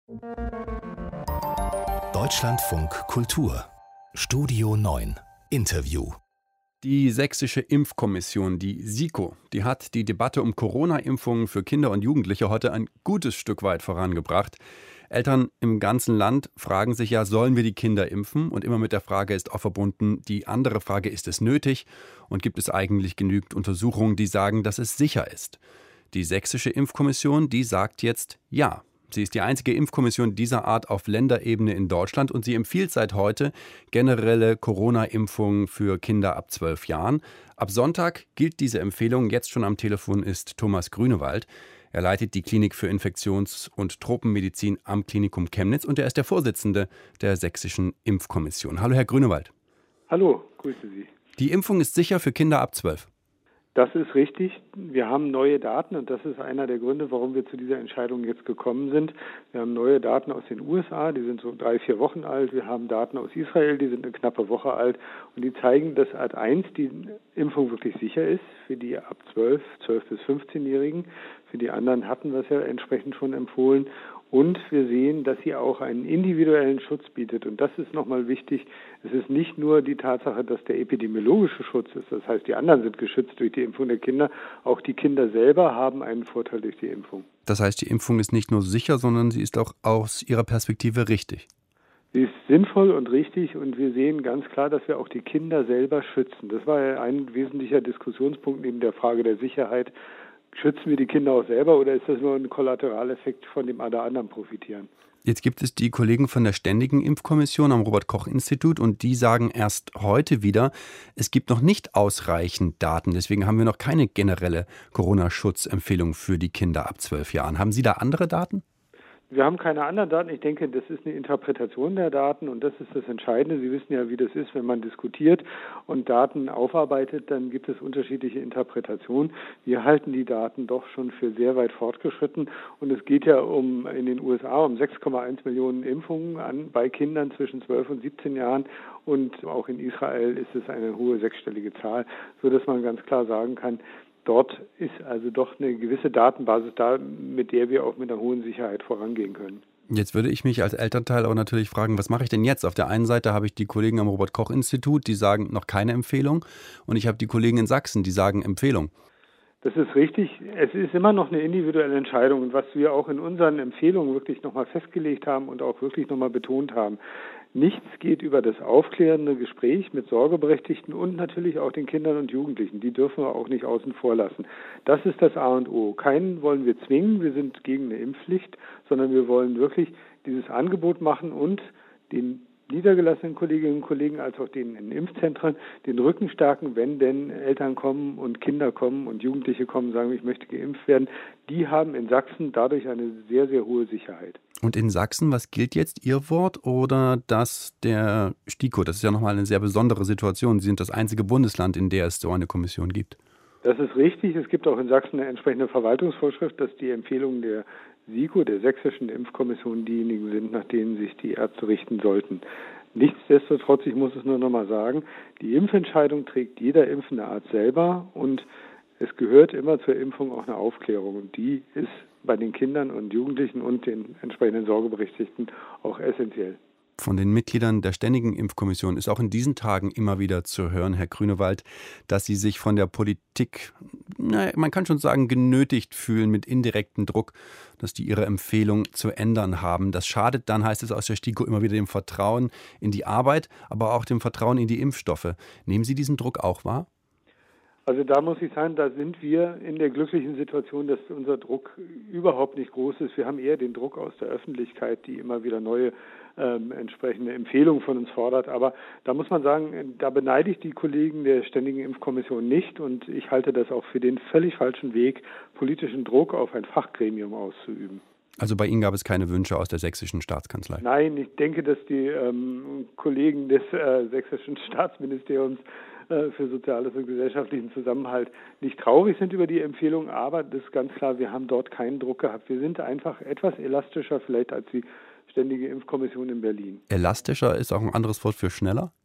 Deutschlandfunk Kultur Studio 9 Interview. Die Sächsische Impfkommission, die SIKO, die hat die Debatte um Corona-Impfungen für Kinder und Jugendliche heute ein gutes Stück weit vorangebracht. Eltern im ganzen Land fragen sich ja, sollen wir die Kinder impfen? Und immer mit der Frage ist auch verbunden die andere Frage, ist es nötig? Und gibt es eigentlich genügend Untersuchungen, die sagen, dass es sicher ist? Die Sächsische Impfkommission, die sagt jetzt ja. Sie ist die einzige Impfkommission dieser Art auf Länderebene in Deutschland und sie empfiehlt seit heute generelle Corona-Impfungen für Kinder ab 12 Jahren. Ab Sonntag gilt diese Empfehlung. Jetzt schon am Telefon ist Thomas Grünewald. Er leitet die Klinik für Infektions- und Tropenmedizin am Klinikum Chemnitz und er ist der Vorsitzende der Sächsischen Impfkommission. Hallo, Herr Grünewald. Hallo, grüße Sie. Die Impfung ist sicher für Kinder ab 12. Das ist richtig. Wir haben neue Daten und das ist einer der Gründe, warum wir zu dieser Entscheidung jetzt gekommen sind. Wir haben neue Daten aus den USA, die sind so 3-4 Wochen alt. Wir haben Daten aus Israel, die sind eine knappe Woche alt. Und die zeigen, dass Art 1 die Impfung wirklich sicher ist für die ab 12 bis 15-Jährigen. Für die anderen hatten wir es ja entsprechend schon empfohlen. Und wir sehen, dass sie auch einen individuellen Schutz bietet. Und das ist nochmal wichtig. Es ist nicht nur die Tatsache, dass der epidemiologische Schutz ist. Das heißt, die anderen sind geschützt durch die Impfung der Kinder. Auch die Kinder selber haben einen Vorteil durch die Impfung. Das heißt, die Impfung ist nicht nur sicher, sondern sie ist auch aus Ihrer Perspektive richtig. Sie ist sinnvoll und richtig und wir sehen ganz klar, dass wir auch die Kinder selber schützen. Das war ja ein wesentlicher Diskussionspunkt neben der Frage der Sicherheit. Schützen wir die Kinder auch selber oder ist das nur ein Kollateraleffekt, von dem alle anderen profitieren? Jetzt gibt es die Kollegen von der Ständigen Impfkommission am Robert-Koch-Institut und die sagen erst heute wieder, es gibt noch nicht ausreichend Daten. Deswegen haben wir noch keine generelle Corona-Schutzempfehlung für die Kinder ab 12 Jahren. Haben Sie da andere Daten? Wir haben keine anderen Daten. Ich denke, das ist eine Interpretation der Daten und das ist das Entscheidende. Sie wissen ja, wie das ist, wenn man diskutiert und Daten aufarbeitet, dann gibt es unterschiedliche Interpretationen. Wir halten die Daten doch schon für sehr weit fortgeschritten und es geht ja in den USA um 6,1 Millionen Impfungen bei Kindern zwischen 12 und 17 Jahren und auch in Israel ist es eine hohe sechsstellige Zahl, sodass man ganz klar sagen kann, dort ist also doch eine gewisse Datenbasis da, mit der wir auch mit einer hohen Sicherheit vorangehen können. Jetzt würde ich mich als Elternteil aber natürlich fragen, was mache ich denn jetzt? Auf der einen Seite habe ich die Kollegen am Robert-Koch-Institut, die sagen noch keine Empfehlung und ich habe die Kollegen in Sachsen, die sagen Empfehlung. Das ist richtig. Es ist immer noch eine individuelle Entscheidung. Und was wir auch in unseren Empfehlungen wirklich nochmal festgelegt haben und auch wirklich nochmal betont haben, nichts geht über das aufklärende Gespräch mit Sorgeberechtigten und natürlich auch den Kindern und Jugendlichen. Die dürfen wir auch nicht außen vor lassen. Das ist das A und O. Keinen wollen wir zwingen. Wir sind gegen eine Impfpflicht, sondern wir wollen wirklich dieses Angebot machen und den niedergelassenen Kolleginnen und Kollegen als auch denen in Impfzentren den Rücken stärken, wenn denn Eltern kommen und Kinder kommen und Jugendliche kommen und sagen, ich möchte geimpft werden. Die haben in Sachsen dadurch eine sehr, sehr hohe Sicherheit. Und in Sachsen, was gilt jetzt, Ihr Wort oder das der STIKO? Das ist ja nochmal eine sehr besondere Situation. Sie sind das einzige Bundesland, in der es so eine Kommission gibt. Das ist richtig. Es gibt auch in Sachsen eine entsprechende Verwaltungsvorschrift, dass die Empfehlungen der SIKO, der Sächsischen Impfkommission, diejenigen sind, nach denen sich die Ärzte richten sollten. Nichtsdestotrotz, ich muss es nur noch mal sagen, die Impfentscheidung trägt jeder impfende Arzt selber und es gehört immer zur Impfung auch eine Aufklärung und die ist bei den Kindern und Jugendlichen und den entsprechenden Sorgeberechtigten auch essentiell. Von den Mitgliedern der Ständigen Impfkommission ist auch in diesen Tagen immer wieder zu hören, Herr Grünewald, dass Sie sich von der Politik, man kann schon sagen, genötigt fühlen mit indirektem Druck, dass die ihre Empfehlung zu ändern haben. Das schadet dann, heißt es aus der STIKO, immer wieder dem Vertrauen in die Arbeit, aber auch dem Vertrauen in die Impfstoffe. Nehmen Sie diesen Druck auch wahr? Also da muss ich sagen, da sind wir in der glücklichen Situation, dass unser Druck überhaupt nicht groß ist. Wir haben eher den Druck aus der Öffentlichkeit, die immer wieder neue entsprechende Empfehlungen von uns fordert. Aber da muss man sagen, da beneide ich die Kollegen der Ständigen Impfkommission nicht und ich halte das auch für den völlig falschen Weg, politischen Druck auf ein Fachgremium auszuüben. Also bei Ihnen gab es keine Wünsche aus der sächsischen Staatskanzlei? Nein, ich denke, dass die Kollegen des sächsischen Staatsministeriums für Soziales und gesellschaftlichen Zusammenhalt nicht traurig sind über die Empfehlung, aber das ist ganz klar, wir haben dort keinen Druck gehabt. Wir sind einfach etwas elastischer vielleicht als die Ständige Impfkommission in Berlin. Elastischer ist auch ein anderes Wort für schneller?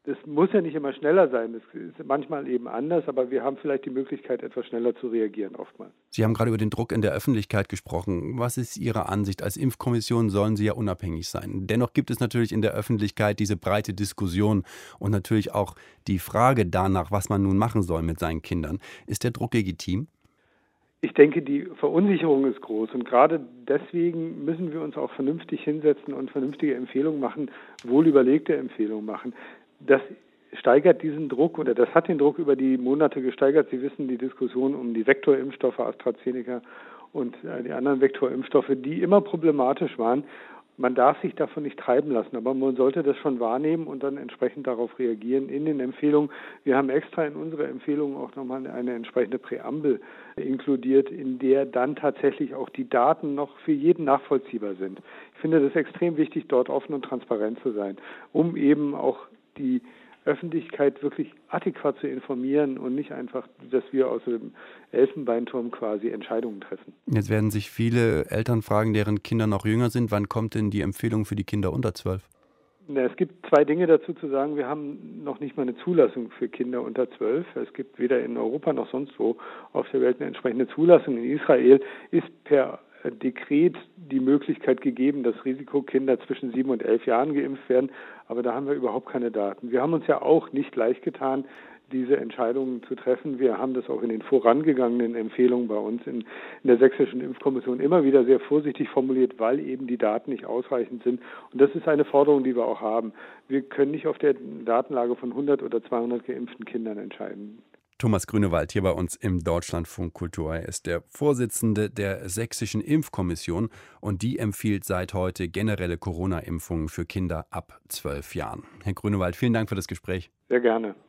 Das muss ja nicht immer schneller sein, das ist manchmal eben anders, aber wir haben vielleicht die Möglichkeit, etwas schneller zu reagieren oftmals. Sie haben gerade über den Druck in der Öffentlichkeit gesprochen. Was ist Ihre Ansicht? Als Impfkommission sollen Sie ja unabhängig sein. Dennoch gibt es natürlich in der Öffentlichkeit diese breite Diskussion und natürlich auch die Frage danach, was man nun machen soll mit seinen Kindern. Ist der Druck legitim? Ich denke, die Verunsicherung ist groß und gerade deswegen müssen wir uns auch vernünftig hinsetzen und vernünftige Empfehlungen machen, wohlüberlegte Empfehlungen machen. Das steigert diesen Druck oder das hat den Druck über die Monate gesteigert. Sie wissen, die Diskussion um die Vektorimpfstoffe AstraZeneca und die anderen Vektorimpfstoffe, die immer problematisch waren. Man darf sich davon nicht treiben lassen, aber man sollte das schon wahrnehmen und dann entsprechend darauf reagieren in den Empfehlungen. Wir haben extra in unsere Empfehlungen auch nochmal eine entsprechende Präambel inkludiert, in der dann tatsächlich auch die Daten noch für jeden nachvollziehbar sind. Ich finde das extrem wichtig, dort offen und transparent zu sein, um eben auch die Öffentlichkeit wirklich adäquat zu informieren und nicht einfach, dass wir aus dem Elfenbeinturm quasi Entscheidungen treffen. Jetzt werden sich viele Eltern fragen, deren Kinder noch jünger sind, wann kommt denn die Empfehlung für die Kinder unter 12? Es gibt zwei Dinge dazu zu sagen. Wir haben noch nicht mal eine Zulassung für Kinder unter 12. Es gibt weder in Europa noch sonst wo auf der Welt eine entsprechende Zulassung. In Israel ist per Dekret die Möglichkeit gegeben, dass Risikokinder zwischen 7 und 11 Jahren geimpft werden, aber da haben wir überhaupt keine Daten. Wir haben uns ja auch nicht leicht getan, diese Entscheidungen zu treffen. Wir haben das auch in den vorangegangenen Empfehlungen bei uns in der Sächsischen Impfkommission immer wieder sehr vorsichtig formuliert, weil eben die Daten nicht ausreichend sind. Und das ist eine Forderung, die wir auch haben. Wir können nicht auf der Datenlage von 100 oder 200 geimpften Kindern entscheiden. Thomas Grünewald hier bei uns im Deutschlandfunk Kultur. Er ist der Vorsitzende der Sächsischen Impfkommission und die empfiehlt seit heute generelle Corona-Impfungen für Kinder ab 12 Jahren. Herr Grünewald, vielen Dank für das Gespräch. Sehr gerne.